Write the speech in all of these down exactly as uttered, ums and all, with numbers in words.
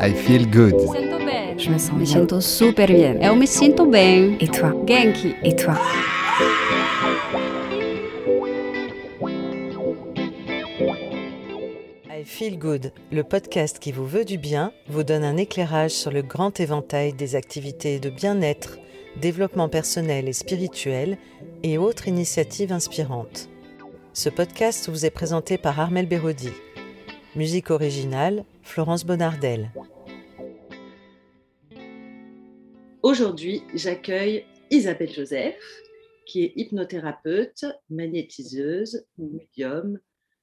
I feel good. Siento bene. Je me sens Me bien. siento super bien. Eu me sinto bem. Et toi? Genki. Et toi? I Feel Good, le podcast qui vous veut du bien, vous donne un éclairage sur le grand éventail des activités de bien-être, développement personnel et spirituel et autres initiatives inspirantes. Ce podcast vous est présenté par Armelle Béraudy. Musique originale, Florence Bonnardel. Aujourd'hui, j'accueille Isabelle Joseph, qui est hypnothérapeute, magnétiseuse, médium,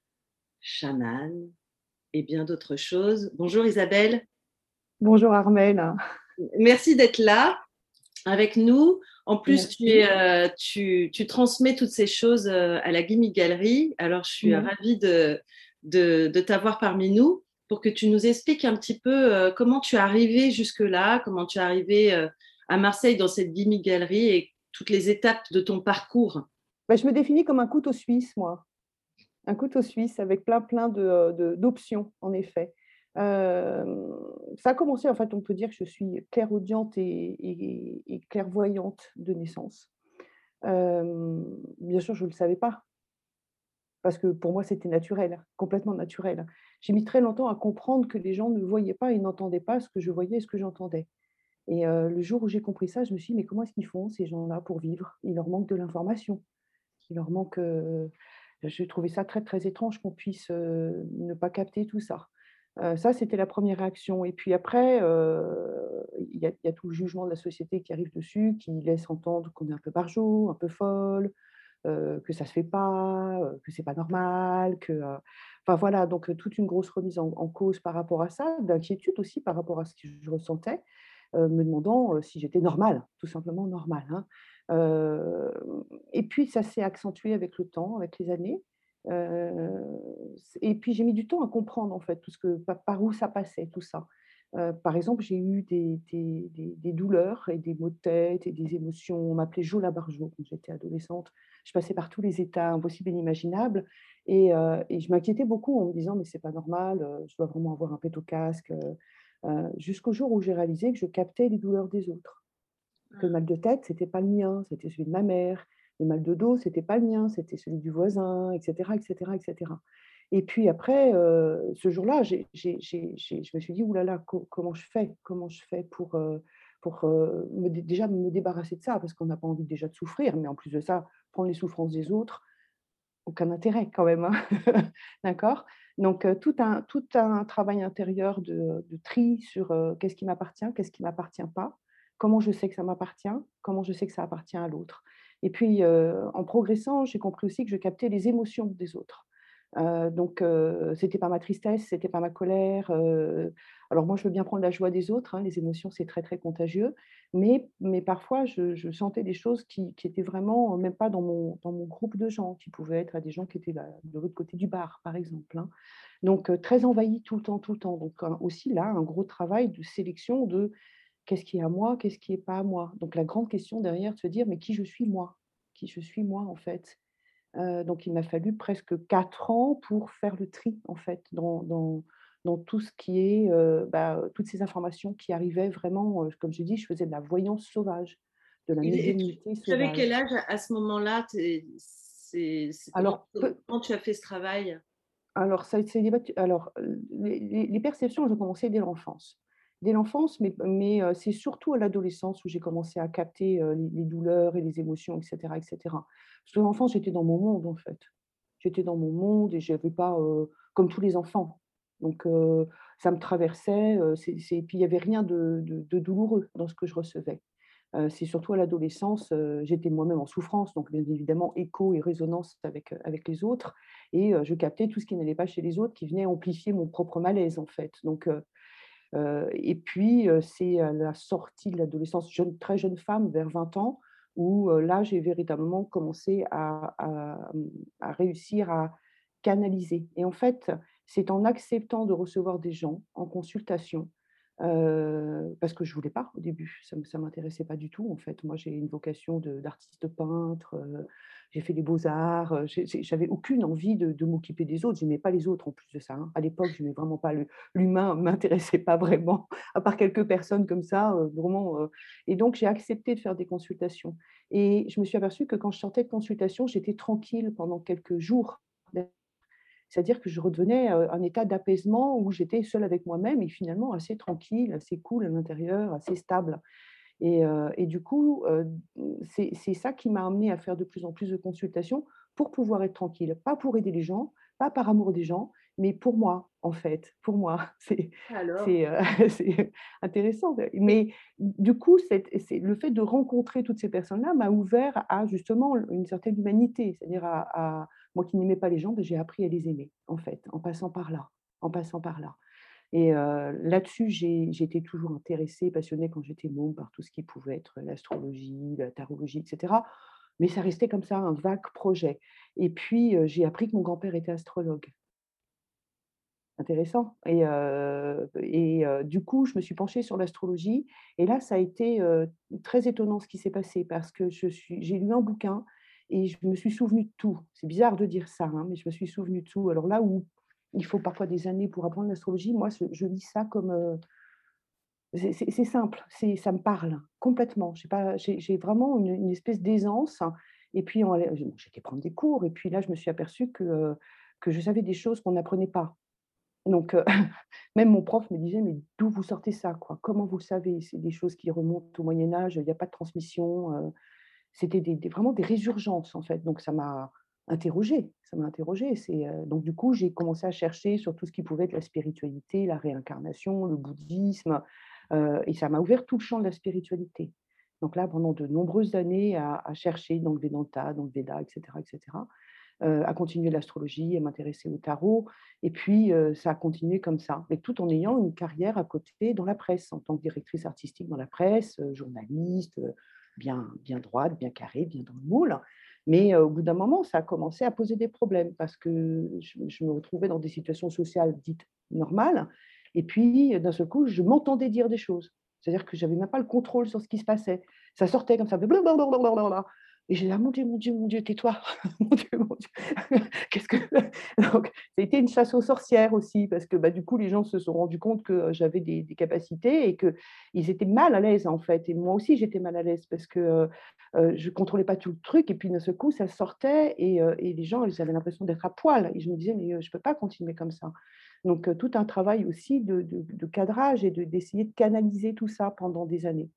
chamane et bien d'autres choses. Bonjour Isabelle. Bonjour Armelle. Merci d'être là avec nous. En plus, Merci. tu, es, euh, tu, tu transmets toutes ces choses euh, à la Gimmick Gallery. Alors, je suis Oui. ravie de, de, de t'avoir parmi nous pour que tu nous expliques un petit peu euh, comment tu es arrivée jusque-là, comment tu es arrivée euh, à Marseille dans cette Gimmick Gallery et toutes les étapes de ton parcours. Ben, je me définis comme un couteau suisse, moi. Un couteau suisse avec plein, plein de, de, d'options, en effet. Euh, ça a commencé, en fait, on peut dire que je suis clairaudiente et, et, et clairvoyante de naissance. Euh, bien sûr, je ne le savais pas, parce que pour moi, c'était naturel, complètement naturel. J'ai mis très longtemps à comprendre que les gens ne voyaient pas et n'entendaient pas ce que je voyais et ce que j'entendais. Et euh, le jour où j'ai compris ça, je me suis dit, mais comment est-ce qu'ils font, ces gens-là, pour vivre? Il leur manque de l'information. Il leur manque... Euh, j'ai trouvé ça très, très étrange qu'on puisse euh, ne pas capter tout ça. Euh, ça, c'était la première réaction. Et puis après, euh, il y a, il y a tout le jugement de la société qui arrive dessus, qui laisse entendre qu'on est un peu barjot, un peu folle, euh, que ça ne se fait pas, euh, que c'est pas normal, que... euh, Enfin voilà, donc euh, toute une grosse remise en, en cause par rapport à ça, d'inquiétude aussi par rapport à ce que je ressentais, euh, me demandant euh, si j'étais normale, tout simplement normale, hein. Euh, et puis ça s'est accentué avec le temps, avec les années. Euh, et puis j'ai mis du temps à comprendre en fait tout ce que, par, par où ça passait, tout ça. Euh, par exemple, j'ai eu des, des, des, des douleurs et des maux de tête et des émotions. On m'appelait Jo la Barjo quand j'étais adolescente. Je passais par tous les états impossibles et inimaginables. Et, euh, et je m'inquiétais beaucoup en me disant, mais c'est pas normal, euh, je dois vraiment avoir un pet au casque. euh, euh, jusqu'au jour où j'ai réalisé que je captais les douleurs des autres. Que le mal de tête, c'était pas le mien, c'était celui de ma mère. Le mal de dos, c'était pas le mien, c'était celui du voisin, et cetera, et cetera, et cetera. Et puis après, euh, ce jour-là, j'ai, j'ai, j'ai, j'ai- je me suis dit, oulala, co- comment je fais? Comment je fais pour, euh, pour euh, me dé- déjà me débarrasser de ça? Parce qu'on n'a pas envie déjà de souffrir, mais en plus de ça, prendre les souffrances des autres, aucun intérêt quand même, hein. D'accord? Donc, euh, tout un, tout un travail intérieur de, de tri sur euh, qu'est-ce qui m'appartient, qu'est-ce qui ne m'appartient pas, comment je sais que ça m'appartient, comment je sais que ça appartient à l'autre. Et puis, euh, en progressant, j'ai compris aussi que je captais les émotions des autres. Euh, donc, euh, c'était pas ma tristesse, c'était pas ma colère. euh, alors moi, je veux bien prendre la joie des autres, hein, les émotions, c'est très très contagieux. Mais, mais parfois, je, je sentais des choses qui, qui étaient vraiment, euh, même pas dans mon, dans mon groupe de gens, qui pouvaient être à des gens qui étaient là, de l'autre côté du bar, par exemple, hein. Donc, euh, très envahi tout le temps, tout le temps. Donc, euh, aussi là, un gros travail de sélection de qu'est-ce qui est à moi, qu'est-ce qui n'est pas à moi. Donc, la grande question derrière, de se dire, mais qui je suis moi? Qui je suis moi, en fait? Euh, donc, il m'a fallu presque quatre ans pour faire le tri, en fait, dans, dans, dans tout ce qui est, euh, bah, toutes ces informations qui arrivaient vraiment, euh, comme je dis, je faisais de la voyance sauvage, de la Et, et tu, médiumnité tu avais quel sauvage. âge à, à ce moment-là? T'es- c'est, c'est- comment, Alors, peu- comment tu as fait ce travail? Alors, ça s'est débattu. Alors, euh, les, les- les perceptions, elles ont commencé dès l'enfance. Dès l'enfance, mais, mais euh, c'est surtout à l'adolescence où j'ai commencé à capter euh, les, les douleurs et les émotions, et cetera, et cetera. Parce que l'enfance, j'étais dans mon monde, en fait. J'étais dans mon monde et je n'avais pas, euh, comme tous les enfants. Donc, euh, ça me traversait. Euh, c'est, c'est- puis, il n'y avait rien de, de- de douloureux dans ce que je recevais. Euh, c'est surtout à l'adolescence, euh, j'étais moi-même en souffrance, donc bien évidemment écho et résonance avec, euh, avec les autres, et euh, je captais tout ce qui n'allait pas chez les autres, qui venait amplifier mon propre malaise en fait. Donc, euh, euh, et puis euh, c'est à la sortie de l'adolescence, jeune, très jeune femme, vers vingt ans, où euh, là j'ai véritablement commencé à, à, à réussir à canaliser. Et en fait, c'est en acceptant de recevoir des gens en consultation, Heu, parce que je voulais pas au début, ça me ça m'intéressait pas du tout en fait. Moi j'ai une vocation de d'artiste peintre, heu, j'ai fait les beaux-arts, heu, j'ai j'ai j'avais aucune envie de de m'occuper des autres. J'aimais pas les autres en plus de ça, hein. À l'époque, j'aimais vraiment pas le l'humain m'intéressait pas vraiment, à part quelques personnes comme ça, heu, vraiment, heu et donc j'ai accepté de faire des consultations et je me suis aperçue que quand je sortais de consultation, j'étais tranquille pendant quelques jours. C'est-à-dire que je redevenais, heu, un état d'apaisement où j'étais seule avec moi-même et finalement assez tranquille, assez cool à l'intérieur, assez stable et heu et du coup, heu, c'est c'est ça qui m'a amenée à faire de plus en plus de consultations pour pouvoir être tranquille. Pas pour aider les gens, pas par amour des gens, mais pour moi, en fait, pour moi. C'est Alors, c'est, heu, c'est intéressant, mais du coup, cette c'est le fait de rencontrer toutes ces personnes-là m'a ouvert à justement une certaine humanité. C'est-à-dire à à moi qui n'aimais pas les gens, beh, j'ai appris à les aimer, en fait, en passant par là, en passant par là. Et heu, là-dessus, j'ai j'étais toujours intéressée, passionnée quand j'étais môme par tout ce qui pouvait être l'astrologie, la tarologie et cetera. Mais ça restait comme ça, un vague projet. Et puis, heu, j'ai appris que mon grand-père était astrologue. Intéressant et heu et heu, du coup, je me suis penchée sur l'astrologie et là, ça a été, heu, très étonnant ce qui s'est passé parce que je suis j'ai lu un bouquin et je me suis souvenue de tout. C'est bizarre de dire ça, hein, mais je me suis souvenue de tout. Alors là où il faut parfois des années pour apprendre l'astrologie, moi, je je lis ça comme, heu, c'est c'est c'est simple, c'est ça me parle complètement. J'ai pas j'ai j'ai vraiment une une espèce d'aisance et puis en bon, j'ai été prendre des cours et puis là, je me suis aperçue que, heu, que je savais des choses qu'on n'apprenait pas. Donc, heu, même mon prof me disait: «Mais d'où vous sortez ça, quoi? Comment vous le savez?» C'est des choses qui remontent au Moyen Âge, il y a pas de transmission, heu, c'était des des vraiment des résurgences, en fait. Donc ça m'a interrogée, ça m'a interrogée. C'est, heu, donc du coup, j'ai commencé à chercher sur tout ce qui pouvait être la spiritualité, la réincarnation, le bouddhisme, heu et ça m'a ouvert tout le champ de la spiritualité. Donc là, pendant de nombreuses années à à chercher dans le Vedanta, dans le Veda et cetera et cetera heu, à continuer l'astrologie, à m'intéresser au tarot et puis, heu, ça a continué comme ça, mais tout en ayant une carrière à côté dans la presse, en tant que directrice artistique dans la presse, heu, journaliste, heu, bien bien droite, bien carrée, bien dans le moule. Mais, heu, au bout d'un moment, ça a commencé à poser des problèmes parce que je je me retrouvais dans des situations sociales dites normales et puis, d'un seul coup, je m'entendais dire des choses. C'est-à-dire que j'avais même pas le contrôle sur ce qui se passait. Ça sortait comme ça, blablabla. Et j'ai dit: «Ah mon Dieu, mon Dieu, mon Dieu, tais-toi! Mon Dieu, mon Dieu, qu'est-ce que» donc ça a été une chasse aux sorcières aussi parce que, bah, du coup, les gens se sont rendus compte que, heu, j'avais des des capacités et qu'ils étaient mal à l'aise, en fait et moi aussi, j'étais mal à l'aise parce que, heu heu, je contrôlais pas tout le truc et puis d'un seul coup, ça sortait et heu et les gens, ils avaient l'impression d'être à poil et je me disais: «Mais, heu, je peux pas continuer comme ça». Donc, heu, tout un travail aussi de de de cadrage et de d'essayer de canaliser tout ça pendant des années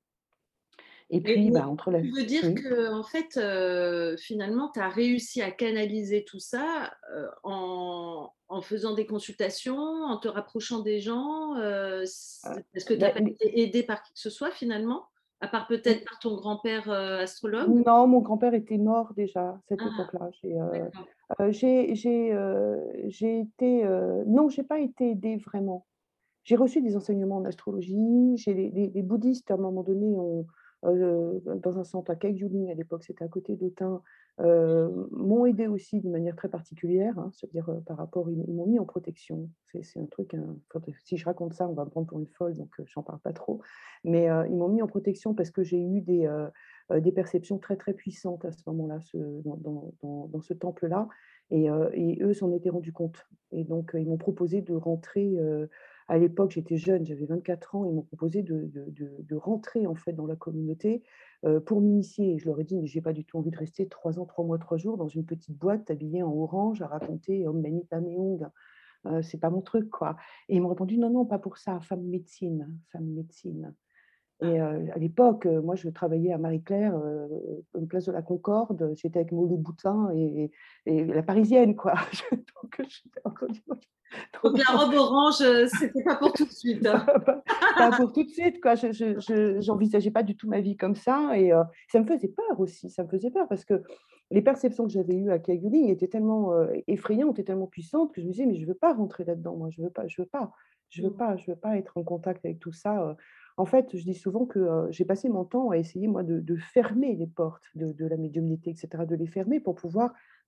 et mais puis, mais bah, entre la tu veux dire oui? qu'en fait, heu, finalement, tu as réussi à canaliser tout ça, heu, en en faisant des consultations, en te rapprochant des gens, heu, Heu, c'est parce que tu as bah, pas les été aidée par qui que ce soit finalement? À part peut-être par ton grand-père, heu, astrologue? non, mon grand-père était mort déjà à cette Ah, époque-là. J'ai, heu d'accord. heu, j'ai j'ai, heu, j'ai été, heu non, j'ai pas été aidée vraiment. J'ai reçu des enseignements en astrologie, j'ai les les les bouddhistes à un moment donné ont, heu, dans un centre à Kagyuli, à l'époque c'était à côté d'Autun, heu, m'ont aidée aussi d'une manière très particulière, hein, c'est-à-dire, heu, par rapport ils ils m'ont mis en protection. C'est c'est un truc, hein, quand si je raconte ça, on va me prendre pour une folle, donc heu, j'en parle pas trop. Mais heu, ils m'ont mis en protection parce que j'ai eu des, heu heu, des perceptions très, très puissantes à ce moment-là, ce dans dans dans dans ce temple-là et heu et eux s'en étaient rendus compte et donc heu, ils m'ont proposé de rentrer, heu à l'époque, j'étais jeune, j'avais vingt-quatre ans, ils m'ont proposé de de de de rentrer, en fait, dans la communauté, heu, pour m'initier et je leur ai dit: «Mais j'ai pas du tout envie de rester trois ans, trois mois, trois jours dans une petite boîte habillée en orange à raconter Om Mani Padmé Hum, heu, c'est pas mon truc, quoi» et ils m'ont répondu: «Non, non, pas pour ça, femme médecine, femme médecine». Et heu, à l'époque, heu, moi, je travaillais à Marie-Claire, heu, place de la Concorde, j'étais avec Molly Boutin et et la Parisienne, quoi. Donc j'étais encore non, Donc non, la non. robe orange, heu, c'était pas pour tout de suite, hein? Pas pas pas pour tout de suite, quoi. Je je je j'envisageais pas du tout ma vie comme ça et heu, ça me faisait peur aussi, ça me faisait peur parce que les perceptions que j'avais eues à Cayoling étaient tellement, heu, effrayantes et tellement puissantes que je me disais: «Mais je veux pas rentrer là-dedans, moi, je veux pas je veux pas je veux Mmh. pas je veux pas être en contact avec tout ça», heu. En fait, je dis souvent que, heu, j'ai passé mon temps à essayer, moi, de de fermer les portes de de la médiumnité et cetera, de les fermer pour pouvoir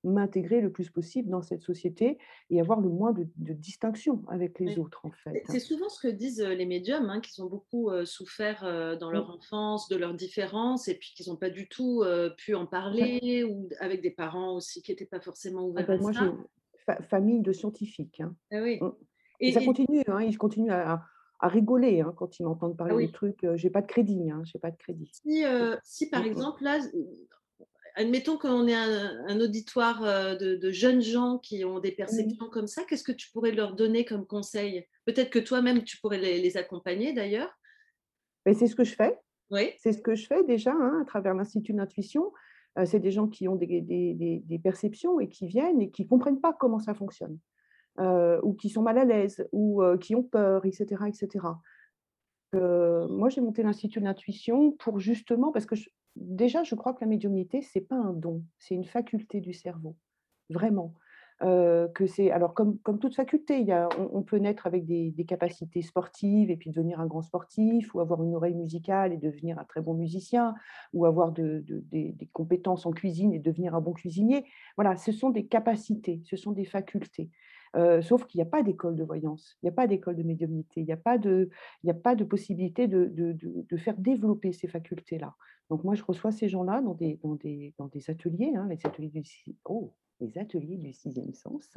m'intégrer le plus possible dans cette société et avoir le moins de de distinction avec les Ouais. autres, en C'est fait. c'est souvent ce que disent, heu, les médiums, hein, qu'ils ont beaucoup, heu, souffert, heu, dans leur Mmh. enfance de leurs différences et puis qu'ils ont pas du tout, heu, pu en Ouais. parler ou d avec des parents aussi qui étaient pas forcément Ah ouverts à ben, moi, j'ai ça. une fa famille de scientifiques, hein. Ah oui Mmh. Et ça et et continue, hein, ils continuent à à à rigoler, hein, quand ils m'entendent ah parler de oui. trucs, heu, j'ai pas de crédit, hein, j'ai pas de crédit. Si, Mmh. heu, si Mmh par mh. exemple là, z admettons qu'on ait un un auditoire, heu, de de jeunes gens qui ont des Mmh. perceptions comme ça, qu'est-ce que tu pourrais leur donner comme conseil? Peut-être que toi-même tu pourrais les les accompagner d'ailleurs? Et c'est ce que je fais. Oui? C'est ce que je fais déjà, hein, à travers l'Institut de l'intuition. Heu, c'est des gens qui ont des des des des perceptions et qui viennent et qui comprennent pas comment ça fonctionne, heu, ou qui sont mal à l'aise ou heu, qui ont peur et cetera et cetera. Heu, moi, j'ai monté l'Institut de l'intuition pour justement parce que je déjà, je crois que la médiumnité, c'est pas un don, c'est une faculté du cerveau, vraiment. Heu, que c'est alors comme comme toute faculté, il y a on on peut naître avec des des capacités sportives et puis devenir un grand sportif ou avoir une oreille musicale et devenir un très bon musicien ou avoir de de des des compétences en cuisine et devenir un bon cuisinier. Voilà, ce sont des capacités, ce sont des facultés. Heu, sauf qu'il y a pas d'école de voyance, il y a pas d'école de médiumnité, il y a pas de il y a pas de possibilité de de de de faire développer ces facultés-là. Donc moi, je reçois ces gens-là dans des dans des dans des ateliers, hein, les ateliers du si oh, les ateliers du sixième sens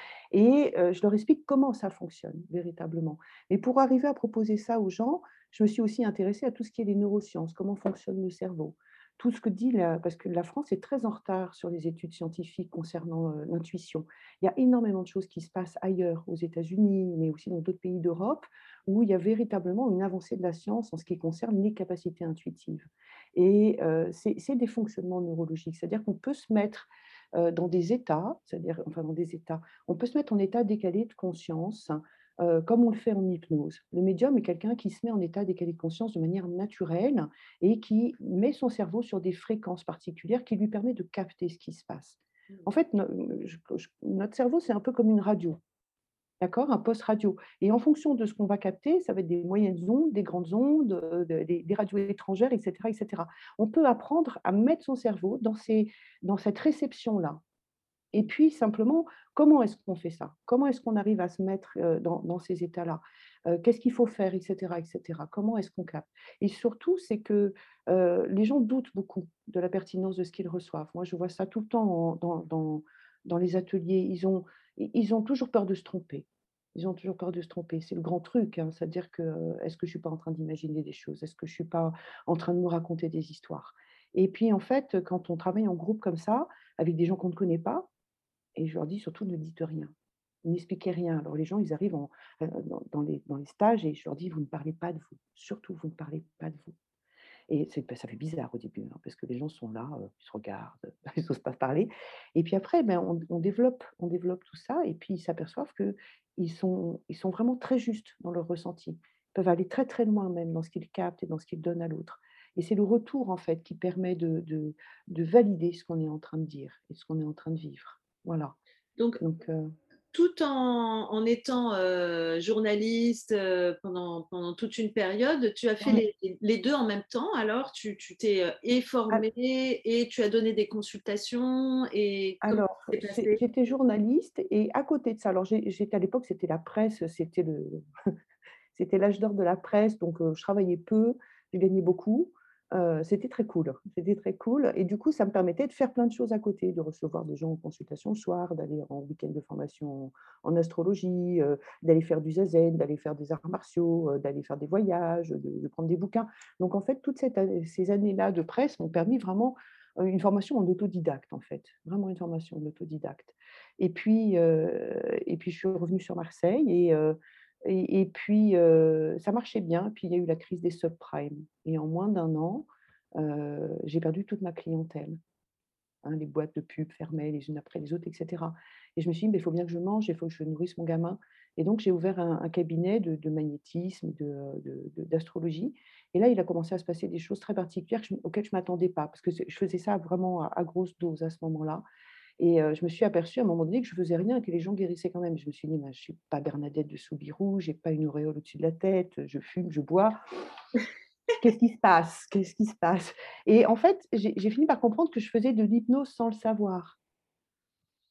et heu, je leur explique comment ça fonctionne véritablement. Mais pour arriver à proposer ça aux gens, je me suis aussi intéressée à tout ce qui est les neurosciences, comment fonctionne le cerveau. Tout ce que dit la parce que la France est très en retard sur les études scientifiques concernant, heu, l'intuition. Il y a énormément de choses qui se passent ailleurs, aux États-Unis, mais aussi dans d'autres pays d'Europe, où il y a véritablement une avancée de la science en ce qui concerne les capacités intuitives. Et heu, c'est c'est des fonctionnements neurologiques, c'est-à-dire qu'on peut se mettre, heu, dans des états, c'est-à-dire enfin dans des états, on peut se mettre en état décalé de conscience, heu, comme on le fait en hypnose. Le médium est quelqu'un qui se met en état décalé de conscience de manière naturelle et qui met son cerveau sur des fréquences particulières qui lui permet de capter ce qui se passe. En Mmh. fait, no je je notre cerveau, c'est un peu comme une radio. D'accord? Un poste radio et en fonction de ce qu'on va capter, ça va être des moyennes ondes, des grandes ondes, heu, de des des radios étrangères et cetera et cetera. On peut apprendre à mettre son cerveau dans ces dans cette réception-là et puis simplement, comment est-ce qu'on fait ça? Comment est-ce qu'on arrive à se mettre, heu, dans dans ces états-là? Heu, qu'est-ce qu'il faut faire et cetera et cetera? Comment est-ce qu'on capte? Et surtout, c'est que, heu, les gens doutent beaucoup de la pertinence de ce qu'ils reçoivent. Moi, je vois ça tout le temps en dans dans dans les ateliers. Ils ont i ils ont toujours peur de se tromper. Ils ont toujours peur de se tromper. C'est le grand truc, hein, c'est-à-dire que, heu, est-ce que je suis pas en train d'imaginer des choses? Est-ce que je suis pas en train de me raconter des histoires? Et puis, en fait, quand on travaille en groupe comme ça, avec des gens qu'on ne connaît pas et je leur dis surtout: «Ne dites rien, n'expliquez rien». Alors les gens, ils arrivent en, heu, dans dans les dans les stages et je leur dis: «Vous ne parlez pas de vous, surtout vous ne parlez pas de vous». Et c'est bah, ça fait bizarre au début, hein, parce que les gens sont là, heu, ils se regardent, ils osent pas parler et puis après, ben, on on développe on développe tout ça et puis ils s'aperçoivent qu'ils sont ils sont vraiment très justes dans leur ressenti. Ils peuvent aller très, très loin même dans ce qu'ils captent et dans ce qu'ils donnent à l'autre et c'est le retour en fait qui permet de de de valider ce qu'on est en train de dire et ce qu'on est en train de vivre. Voilà, Donc donc heu, tout en en étant, heu, journaliste, heu, pendant pendant toute une période, tu as fait ouais. les les les deux en même temps alors? Tu tu t'es, heu, et Al formée et tu as donné des consultations et comment alors, ça s'est j'ai passé? j'étais journaliste et à côté de ça, alors j'ai j'étais à l'époque, c'était la presse, c'était le c'était l'âge d'or de la presse, donc heu, je travaillais peu, je gagnais beaucoup. Heu, c'était très cool, c'était très cool et du coup, ça me permettait de faire plein de choses à côté, de recevoir des gens en consultation le soir, d'aller en week-end de formation en en astrologie, heu, d'aller faire du zazen, d'aller faire des arts martiaux, heu, d'aller faire des voyages, de de prendre des bouquins. Donc en fait, toutes cette année ces années-là de presse m'ont permis vraiment, heu, une formation en autodidacte, en fait, vraiment une formation en autodidacte et puis, heu et puis je suis revenue sur Marseille et heu et et puis, heu, ça marchait bien. Puis il y a eu la crise des subprimes et en moins d'un an, heu, j'ai perdu toute ma clientèle, hein. Les boîtes de pub fermaient les unes après les autres et cetera et je me suis dit: «Beh, il faut bien que je mange, il faut que je nourrisse mon gamin» et donc j'ai ouvert un un cabinet de de magnétisme, de, heu, de de d'astrologie et là, il a commencé à se passer des choses très particulières que je auxquelles je ne m'attendais pas parce que c'est je faisais ça vraiment à à grosse dose à ce moment-là et heu, je me suis aperçue à un moment donné que je faisais rien et que les gens guérissaient quand même. Je me suis dit: «Mais je suis pas Bernadette de Soubirous, j'ai pas une auréole au-dessus de la tête, je fume, je bois. Qu'est-ce qui se passe? Qu'est-ce qui se passe?» et en fait, j'ai j'ai fini par comprendre que je faisais de l'hypnose sans le savoir.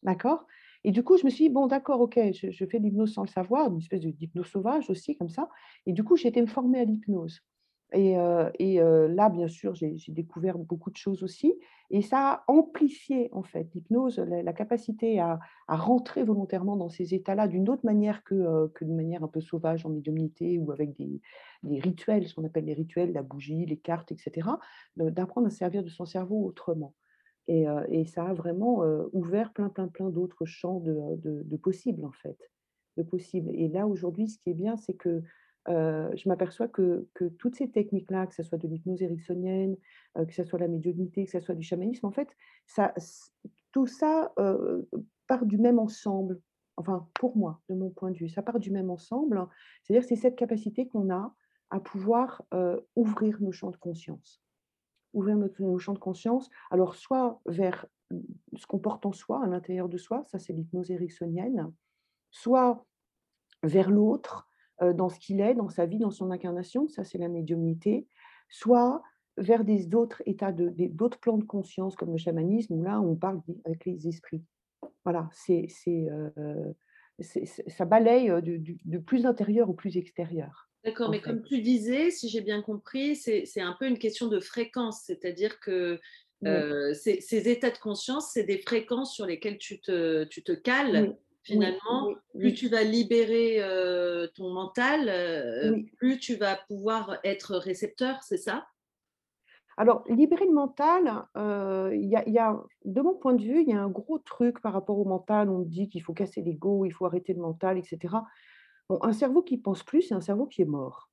D'accord? Et du coup, je me suis dit: «Bon d'accord, OK, je je fais de l'hypnose sans le savoir», une espèce de d'hypnose sauvage aussi comme ça. Et du coup, j'ai été me former à l'hypnose. Et heu et heu, là, bien sûr, j'ai j'ai découvert beaucoup de choses aussi et ça a amplifié, en fait, l'hypnose, la la capacité à à rentrer volontairement dans ces états-là d'une autre manière que, heu, que de manière un peu sauvage en médiumnité ou avec des des rituels, ce qu'on appelle les rituels, la bougie, les cartes et cetera, de d'apprendre à servir de son cerveau autrement. Et heu et ça a vraiment, heu, ouvert plein, plein, plein d'autres champs de, de de possibles, en fait, de possibles. Et là, aujourd'hui, ce qui est bien, c'est que, heu, je m'aperçois que que toutes ces techniques-là, que ça soit de l'hypnose ericksonienne, heu, que ça soit la médiumnité, que ça soit du chamanisme, en fait, ça s tout ça, heu, part du même ensemble. Enfin, pour moi, de mon point de vue, ça part du même ensemble. C'est-à-dire, c'est cette capacité qu'on a à pouvoir, heu, ouvrir nos champs de conscience. Ouvrir notre nos champs de conscience, alors soit vers, mmh, ce qu'on porte en soi, à l'intérieur de soi, ça c'est l'hypnose ericksonienne, soit vers l'autre, heu, dans ce qu'il est, dans sa vie, dans son incarnation, ça c'est la médiumnité, soit vers des d'autres états de des d'autres plans de conscience comme le chamanisme où là on parle des avec les esprits. Voilà, c'est c'est, heu, c'est c'est ça balaye, heu, du du du plus intérieur au plus extérieur, D'accord, en mais fait. comme tu disais, si j'ai bien compris, c'est c'est un peu une question de fréquence, c'est-à-dire que, Oui, heu, ces ces états de conscience, c'est des fréquences sur lesquelles tu te tu te cales. oui, oui, Finalement, oui, plus oui, tu vas libérer, heu, ton mental, heu, oui. plus tu vas pouvoir être récepteur, c'est ça? Alors, libérer le mental, heu, il y a il y a de mon point de vue, il y a un gros truc par rapport au mental. On dit qu'il faut casser l'ego, il faut arrêter le mental et cetera. Bon, un cerveau qui pense plus, c'est un cerveau qui est mort,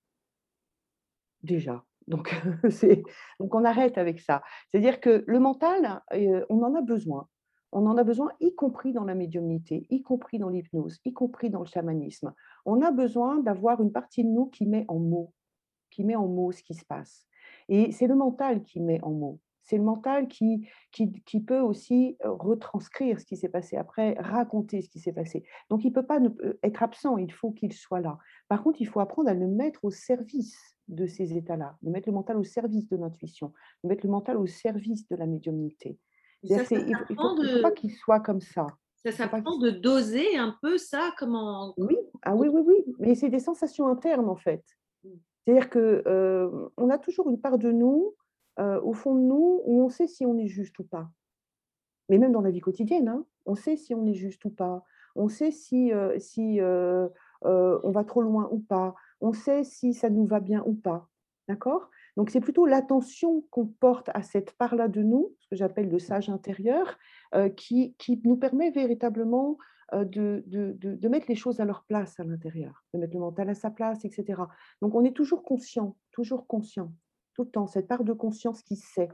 déjà. Donc c'est donc on arrête avec ça. C'est-à-dire que le mental, heu, on en a besoin. On en a besoin, y compris dans la médiumnité, y compris dans l'hypnose, y compris dans le chamanisme. On a besoin d'avoir une partie de nous qui met en mots. Qui met en mots ce qui se passe. Et c'est le mental qui met en mots. C'est le mental qui qui qui peut aussi, heu, retranscrire ce qui s'est passé après, raconter ce qui s'est passé. Donc il ne peut pas ne p être absent, il faut qu'il soit là. Par contre, il faut apprendre à le mettre au service de ces états-là, de mettre le mental au service de l'intuition, de mettre le mental au service de la médiumnité. Et ça, C'est-à-dire que ça c'est il faut il s'apprend faut il faut pas de qu'il soit comme ça. ça Il faut pas qu'il s'apprend de doser un peu ça? Comment co Oui, ah oui, oui, oui, mais c'est des sensations internes, en fait. C'est-à-dire que, heu, on a toujours une part de nous, heu, au fond de nous, où on sait si on est juste ou pas. Mais même dans la vie quotidienne, hein, on sait si on est juste ou pas. On sait si, heu, si, heu heu, on va trop loin ou pas. On sait si ça nous va bien ou pas. D'accord? Donc c'est plutôt l'attention qu'on porte à cette part-là de nous, ce que j'appelle le sage intérieur, heu, qui qui nous permet véritablement, heu, de de de de mettre les choses à leur place à l'intérieur, de mettre le mental à sa place et cetera. Donc on est toujours conscient, toujours conscient, tout le temps, cette part de conscience qui sait.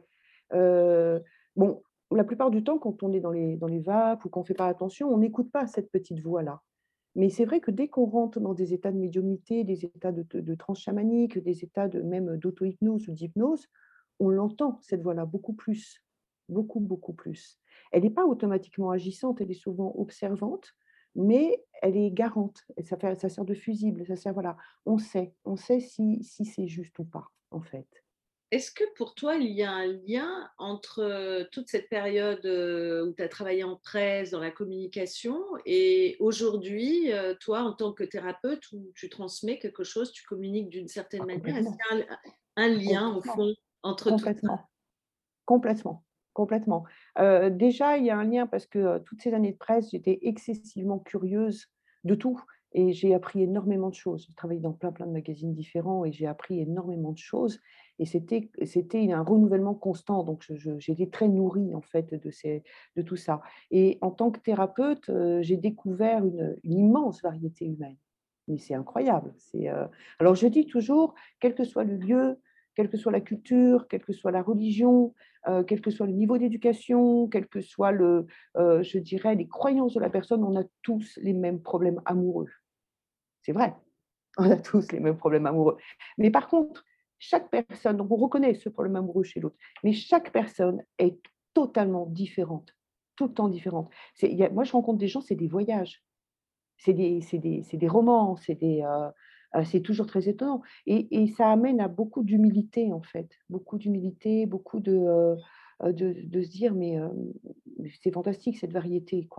Heu, bon, la plupart du temps, quand on est dans les dans les vapes ou qu'on ne fait pas attention, on n'écoute pas cette petite voix-là. Mais c'est vrai que dès qu'on rentre dans des états de médiumnité, des états de de de transe chamanique, des états de même d'auto-hypnose ou d'hypnose, on l'entend cette voix-là beaucoup plus, beaucoup, beaucoup plus. Elle n'est pas automatiquement agissante, elle est souvent observante, mais elle est garante et ça fait ça sert de fusible, ça sert voilà, on sait, on sait si si c'est juste ou pas, en fait. Est-ce que pour toi, il y a un lien entre, heu, toute cette période, heu, où tu as travaillé en presse, dans la communication et aujourd'hui, heu, toi, en tant que thérapeute, où tu transmets quelque chose, tu communiques d'une certaine Ah manière? Est-ce complètement, qu'il y a un un lien, au complètement, fond, entre tout ça? complètement. Complètement, complètement. Heu, déjà, il y a un lien parce que, heu, toutes ces années de presse, j'étais excessivement curieuse de tout et j'ai appris énormément de choses. J'ai travaillé dans plein, plein de magazines différents et j'ai appris énormément de choses et c'était c'était un renouvellement constant donc je je j'étais très nourrie en fait de ces de tout ça et en tant que thérapeute, heu, j'ai découvert une une immense variété humaine. Mais c'est incroyable, c'est, heu alors je dis toujours, quel que soit le lieu, quelle que soit la culture, quelle que soit la religion, heu, quel que soit le niveau d'éducation, quel que soit le, heu, je dirais les croyances de la personne, on a tous les mêmes problèmes amoureux. C'est vrai, on a tous les mêmes problèmes amoureux. Mais par contre, chaque personne donc on reconnaît ce problème amoureux chez l'autre, mais chaque personne est totalement différente, tout le temps différente. C'est il y a moi je rencontre des gens, c'est des voyages. C'est des c'est des c'est des romans, c'est des, heu heu, c'est toujours très étonnant et et ça amène à beaucoup d'humilité, en fait. Beaucoup d'humilité, beaucoup de, heu heu, de de se dire: «Mais, hem, c'est fantastique cette variété, quoi»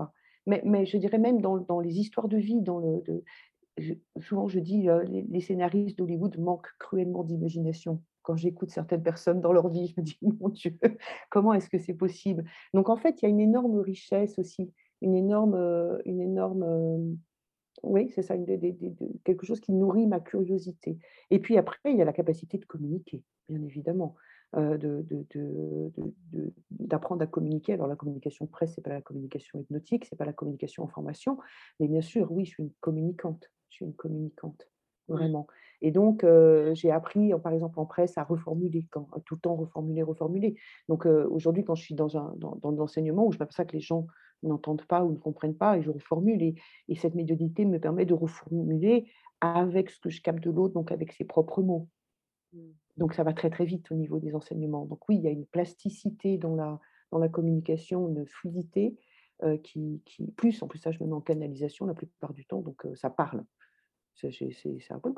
Mais, mais je dirais même dans, dans les histoires de vie, dans le, de- je- souvent je dis euh, les, les scénaristes d'Hollywood manquent cruellement d'imagination. Quand j'écoute certaines personnes dans leur vie, je me dis, mon Dieu, comment est-ce que c'est possible? Donc en fait, il y a une énorme richesse aussi, une énorme, euh, une énorme euh, oui, c'est ça, une des des des de quelque chose qui nourrit ma curiosité. Et puis après, il y a la capacité de communiquer, bien évidemment, heu, de de de de de d'apprendre à communiquer. Alors la communication de presse, c'est pas la communication hypnotique, c'est pas la communication en formation, mais bien sûr, oui, je suis une communicante, je suis une communicante, Mmh. vraiment. Et donc heu, j'ai appris, en par exemple, en presse, à reformuler, quand à tout le temps reformuler, reformuler. Donc heu, aujourd'hui, quand je suis dans un dans dans de l'enseignement où je m'aperçois que les gens n'entendent pas ou ne comprennent pas et je reformule et et cette médiumnité me permet de reformuler avec ce que je capte de l'autre, donc avec ses propres mots. Mmh. Donc ça va très, très vite au niveau des enseignements. Donc oui, il y a une plasticité dans la dans la communication, une fluidité, heu, qui qui plus en plus ça je me mets en canalisation la plupart du temps, donc heu, ça parle. C'est c'est c'est c'est un peu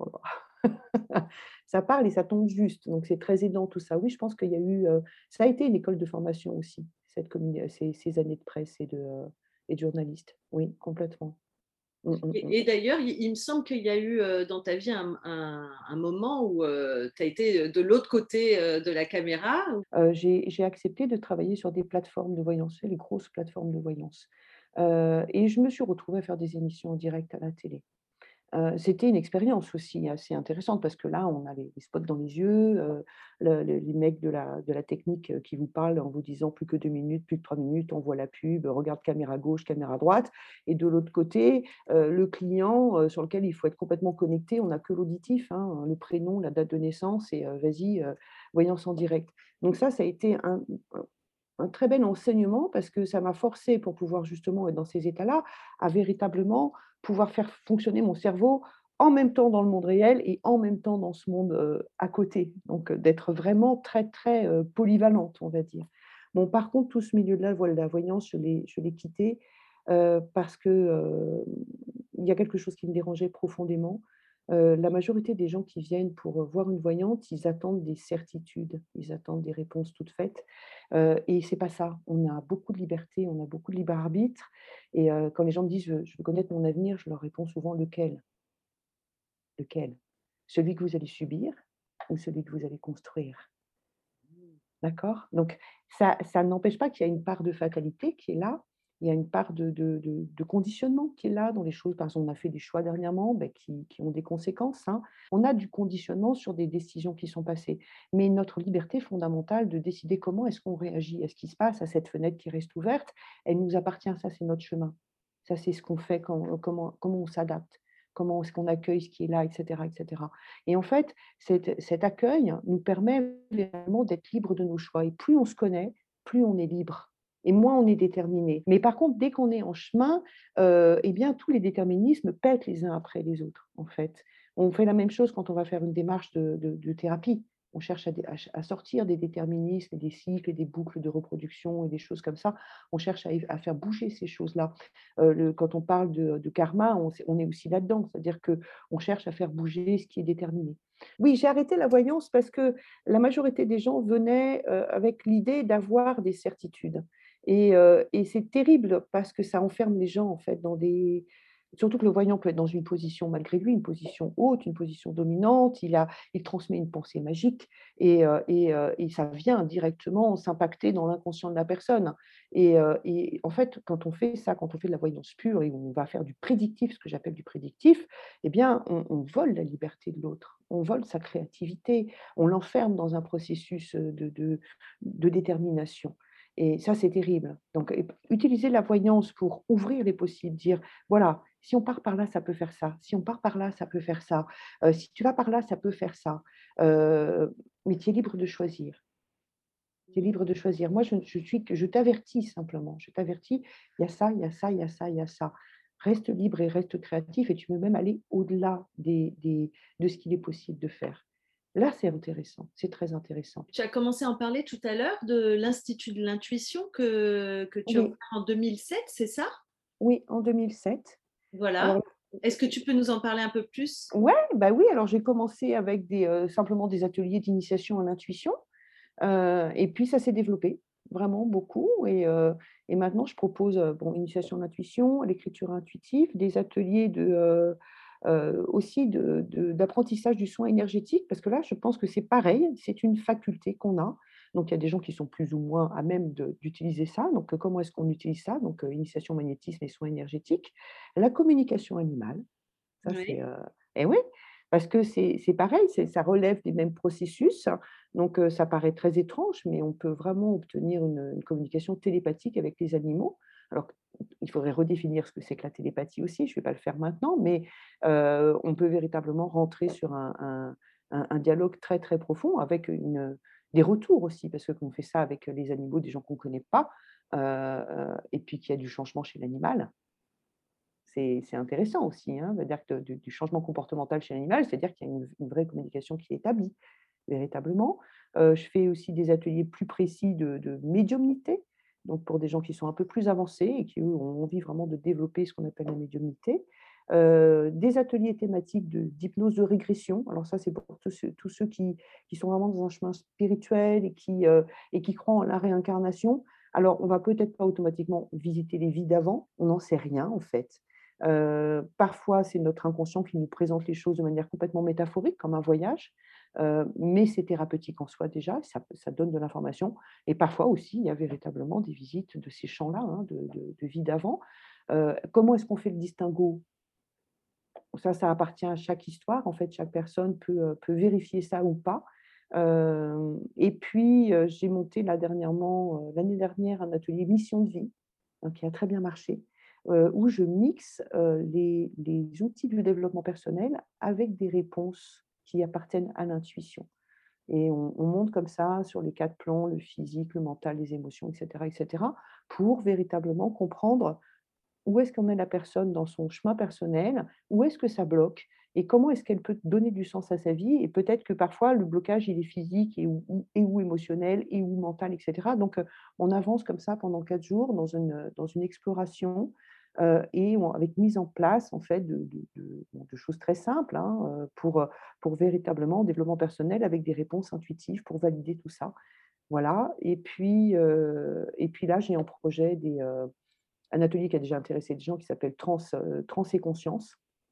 ça parle et ça tombe juste, donc c'est très aidant tout ça. Oui, je pense qu'il y a eu, heu, ça a été une école de formation aussi, cette communi ces ces années de presse et de, heu et de journaliste. Oui, complètement. Mmh, mmh, mmh. Et, et d'ailleurs, il, il me semble qu'il y a eu euh, dans ta vie un, un- un moment où tu as été de l'autre côté euh, de la caméra. Heu, j'ai j'ai accepté de travailler sur des plateformes de voyance, les grosses plateformes de voyance, heu et je me suis retrouvée à faire des émissions en direct à la télé. Heu, c'était une expérience aussi assez intéressante parce que là, on a les les spots dans les yeux, heu, le le les mecs de la de la technique, heu, qui vous parlent en vous disant: «Plus que deux minutes, plus que trois minutes, on voit la pub, regarde caméra gauche, caméra droite» et de l'autre côté, heu, le client, heu, sur lequel il faut être complètement connecté. On n'a que l'auditif, hein, le prénom, la date de naissance et heu, vas-y, heu, voyance en direct. Donc ça, ça a été un un un très bel enseignement parce que ça m'a forcé pour pouvoir justement être dans ces états-là, à véritablement pouvoir faire fonctionner mon cerveau en même temps dans le monde réel et en même temps dans ce monde, heu, à côté. Donc, heu, d'être vraiment très, très, heu, polyvalente, on va dire. Bon, par contre, tout ce milieu-là, voilà, la voyance, je l'ai je l'ai quitté, heu, parce que, heu, il y a quelque chose qui me dérangeait profondément. Heu, la majorité des gens qui viennent pour, heu, voir une voyante, ils attendent des certitudes, ils attendent des réponses toutes faites, heu et c'est pas ça. On a beaucoup de liberté, on a beaucoup de libre arbitre et heu, quand les gens me disent: «Je veux je veux connaître mon avenir», je leur réponds souvent: «Lequel? Lequel? Celui que vous allez subir ou celui que vous allez construire?» D'accord? Donc ça ça n'empêche pas qu'il y a une part de fatalité qui est là. Il y a une part de de de de conditionnement qui est là dans les choses. Par exemple, on a fait des choix dernièrement, beh, qui qui ont des conséquences, hein. On a du conditionnement sur des décisions qui sont passées. Mais notre liberté fondamentale de décider comment est-ce qu'on réagit à ce qui se passe, à cette fenêtre qui reste ouverte, elle nous appartient. Ça, c'est notre chemin. Ça, c'est ce qu'on fait quand comment comment on s'adapte, comment est-ce qu'on accueille ce qui est là et cetera et cetera. Et en fait, cet cet accueil nous permet vraiment d'être libre de nos choix et plus on se connaît, plus on est libre et moins on est déterminé. Mais par contre, dès qu'on est en chemin, heu et bien, tous les déterminismes pètent les uns après les autres, en fait. On fait la même chose quand on va faire une démarche de de de thérapie. On cherche à dé à ch à sortir des déterminismes et des cycles et des boucles de reproduction et des choses comme ça. On cherche à év à faire bouger ces choses-là. Heu, le quand on parle de de karma, on c'est on est aussi là-dedans, c'est-à-dire qu'on cherche à faire bouger ce qui est déterminé. Oui, j'ai arrêté la voyance parce que la majorité des gens venaient, heu, avec l'idée d'avoir des certitudes et heu et c'est terrible parce que ça enferme les gens, en fait, dans des surtout que le voyant peut être dans une position malgré lui, une position haute, une position dominante. Il a il transmet une pensée magique et heu et heu et ça vient directement s'impacter dans l'inconscient de la personne et heu et en fait, quand on fait ça, quand on fait de la voyance pure et on va faire du prédictif, ce que j'appelle du prédictif, eh bien, on on vole la liberté de l'autre, on vole sa créativité, on l'enferme dans un processus, heu, de de de détermination et ça, c'est terrible. Donc et utiliser la voyance pour ouvrir les possibles, dire: «Voilà, si on part par là, ça peut faire ça. Si on part par là, ça peut faire ça. Heu, si tu vas par là, ça peut faire ça». Heu, mais tu es libre de choisir. Tu es libre de choisir. Moi, je je suis que je t'avertis simplement. Je t'avertis, il y a ça, il y a ça, il y a ça, il y a ça. Reste libre et reste créatif et tu peux même aller au-delà des des de ce qu'il est possible de faire. Là, c'est intéressant, c'est très intéressant. Tu as commencé à en parler tout à l'heure de l'Institut de l'intuition que, que tu as Oui, ouvert en deux mille sept, c'est ça? oui, en deux mille sept. Voilà. Alors Est-ce que tu peux nous en parler un peu plus? ouais, bah, oui, alors j'ai commencé avec des, heu, simplement des ateliers d'initiation à l'intuition, heu et puis ça s'est développé. vraiment beaucoup. Et, euh, et maintenant, je propose euh, bon, initiation à l'intuition, à l'écriture intuitive, des ateliers de, euh, euh, aussi de, de- d'apprentissage du soin énergétique, parce que là, je pense que c'est pareil, c'est une faculté qu'on a. Donc, il y a des gens qui sont plus ou moins à même de- d'utiliser ça. Donc, euh, comment est-ce qu'on utilise ça? Donc, euh, initiation magnétisme et soins énergétiques. La communication animale, ça c'est... Oui. euh, Eh oui, parce que c'est c'est pareil, c'est ça relève des mêmes processus. Donc, heu, ça paraît très étrange, mais on peut vraiment obtenir une, une communication télépathique avec les animaux. Alors, il faudrait redéfinir ce que c'est que la télépathie aussi, je ne vais pas le faire maintenant, mais, heu, on peut véritablement rentrer sur un un un un dialogue très, très profond avec une, des retours aussi, parce que qu'on fait ça avec les animaux, des gens qu'on ne connaît pas, heu heu et puis qu'il y a du changement chez l'animal. C'est c'est intéressant aussi, hein, c'est-à-dire que du du changement comportemental chez l'animal, c'est-à-dire qu'il y a une une vraie communication qui est établie, véritablement. Heu, je fais aussi des ateliers plus précis de de médiumnité, donc pour des gens qui sont un peu plus avancés et qui, eux, ont envie vraiment de développer ce qu'on appelle la médiumnité. Heu, des ateliers thématiques de d'hypnose de régression. Alors ça, c'est pour tous ceux tous ceux qui qui sont vraiment dans un chemin spirituel et qui, heu et qui croient en la réincarnation. Alors, on va peut-être pas automatiquement visiter les vies d'avant, on n'en sait rien, en fait. Heu, parfois, c'est notre inconscient qui nous présente les choses de manière complètement métaphorique, comme un voyage, heu, mais c'est thérapeutique en soi déjà, ça peut ça donne de l'information et parfois aussi, il y a véritablement des visites de ces champs-là, hein, de de de vie d'avant. Heu, comment est-ce qu'on fait le distinguo? Ça, ça appartient à chaque histoire, en fait, chaque personne peut, heu, peut vérifier ça ou pas. Hem et puis, heu, j'ai monté là dernièrement, heu, l'année dernière, un atelier mission de vie, hein, qui a très bien marché, heu, où je mixe, heu, les les outils du développement personnel avec des réponses qui appartiennent à l'intuition et on on monte comme ça sur les quatre plans, le physique, le mental, les émotions et cetera et cetera, pour véritablement comprendre où est-ce qu'en est la personne dans son chemin personnel, où est-ce que ça bloque et comment est-ce qu'elle peut donner du sens à sa vie et peut-être que parfois le blocage il est physique et ou ou et ou émotionnel et ou mental et cetera. Donc, heu, on avance comme ça pendant quatre jours dans une, dans une exploration, heu et on avec mise en place en fait de de de bon, de choses très simples, hein, heu, pour, heu, pour véritablement développement personnel avec des réponses intuitives pour valider tout ça. Voilà et puis, heu et puis là j'ai en projet des, heu un atelier qui a déjà intéressé des gens qui s'appelle Trans, heu, Trans et conscience,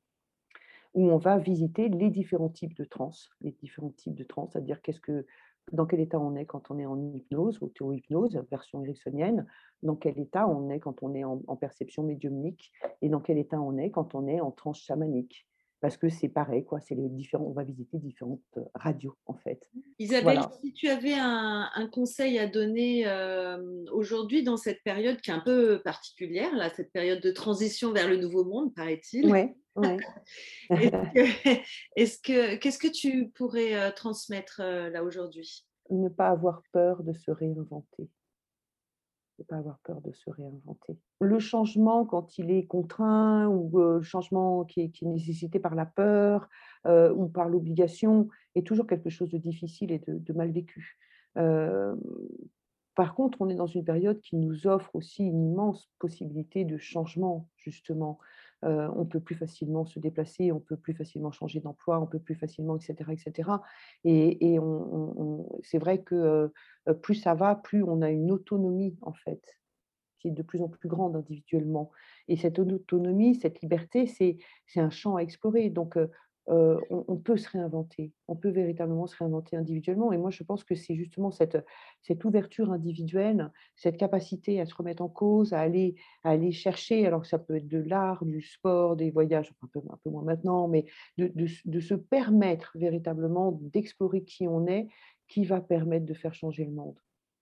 où on va visiter les différents types de trans, les différents types de trans, c'est-à-dire qu'est-ce que dans quel état on est quand on est en hypnose, auto-hypnose, version ericksonienne, dans quel état on est quand on est en en perception médiumnique et dans quel état on est quand on est en transe chamanique. Parce que c'est pareil quoi, c'est les différents on va visiter différentes, heu, radios en fait. Isabelle, Voilà. si tu avais un, un conseil à donner euh, aujourd'hui dans cette période qui est un peu particulière, là, cette période de transition vers le nouveau monde, paraît-il, Ouais, ouais. est-ce que, est-ce que, qu'est-ce que tu pourrais euh, transmettre euh, là aujourd'hui? Ne pas avoir peur de se réinventer. Ne pas avoir peur de se réinventer. Le changement quand il est contraint ou, heu, le changement qui est qui est nécessité par la peur, heu, ou par l'obligation est toujours quelque chose de difficile et de de mal vécu. Hem, Par contre, on est dans une période qui nous offre aussi une immense possibilité de changement justement. Heu, on peut plus facilement se déplacer, on peut plus facilement changer d'emploi, on peut plus facilement et cetera et cetera et et on on on c'est vrai que, heu heu, plus ça va, plus on a une autonomie en fait qui est de plus en plus grande individuellement. Et cette autonomie, cette liberté, c'est c'est un champ à explorer. Donc, heu heu, on on peut se réinventer. On peut véritablement se réinventer individuellement et moi, je pense que c'est justement cette, cette ouverture individuelle, cette capacité à se remettre en cause, à aller à aller chercher, alors que ça peut être de l'art, du sport, des voyages, enfin un peu un peu moins maintenant, mais de de se de se permettre véritablement d'explorer qui on est, qui va permettre de faire changer le monde.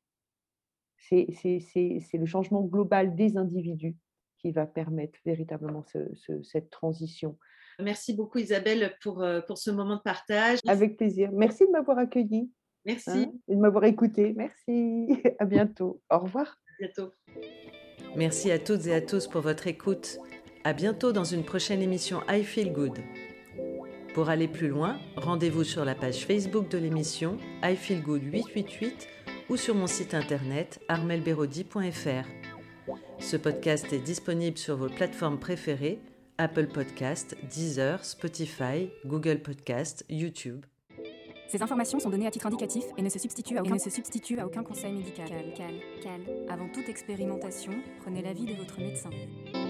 C'est c'est c'est c'est le changement global des individus qui va permettre véritablement ce ce cette transition. Merci beaucoup Isabelle pour, euh, pour ce moment de partage. Avec plaisir. Merci de m'avoir accueillie, Merci, hein, et de m'avoir écoutée. Merci. À bientôt. Au revoir. à bientôt. Merci à toutes et à tous pour votre écoute. À bientôt dans une prochaine émission I Feel Good. Pour aller plus loin, rendez-vous sur la page Facebook de l'émission I Feel Good huit cent quatre-vingt-huit ou sur mon site internet armelle beraudy point f r. Ce podcast est disponible sur vos plateformes préférées, Apple Podcast, Deezer, Spotify, Google Podcast, YouTube. Ces informations sont données à titre indicatif et ne se substituent à aucun, ne se substituent à aucun conseil médical. Cal, cal, cal. Avant toute expérimentation, prenez l'avis de votre médecin.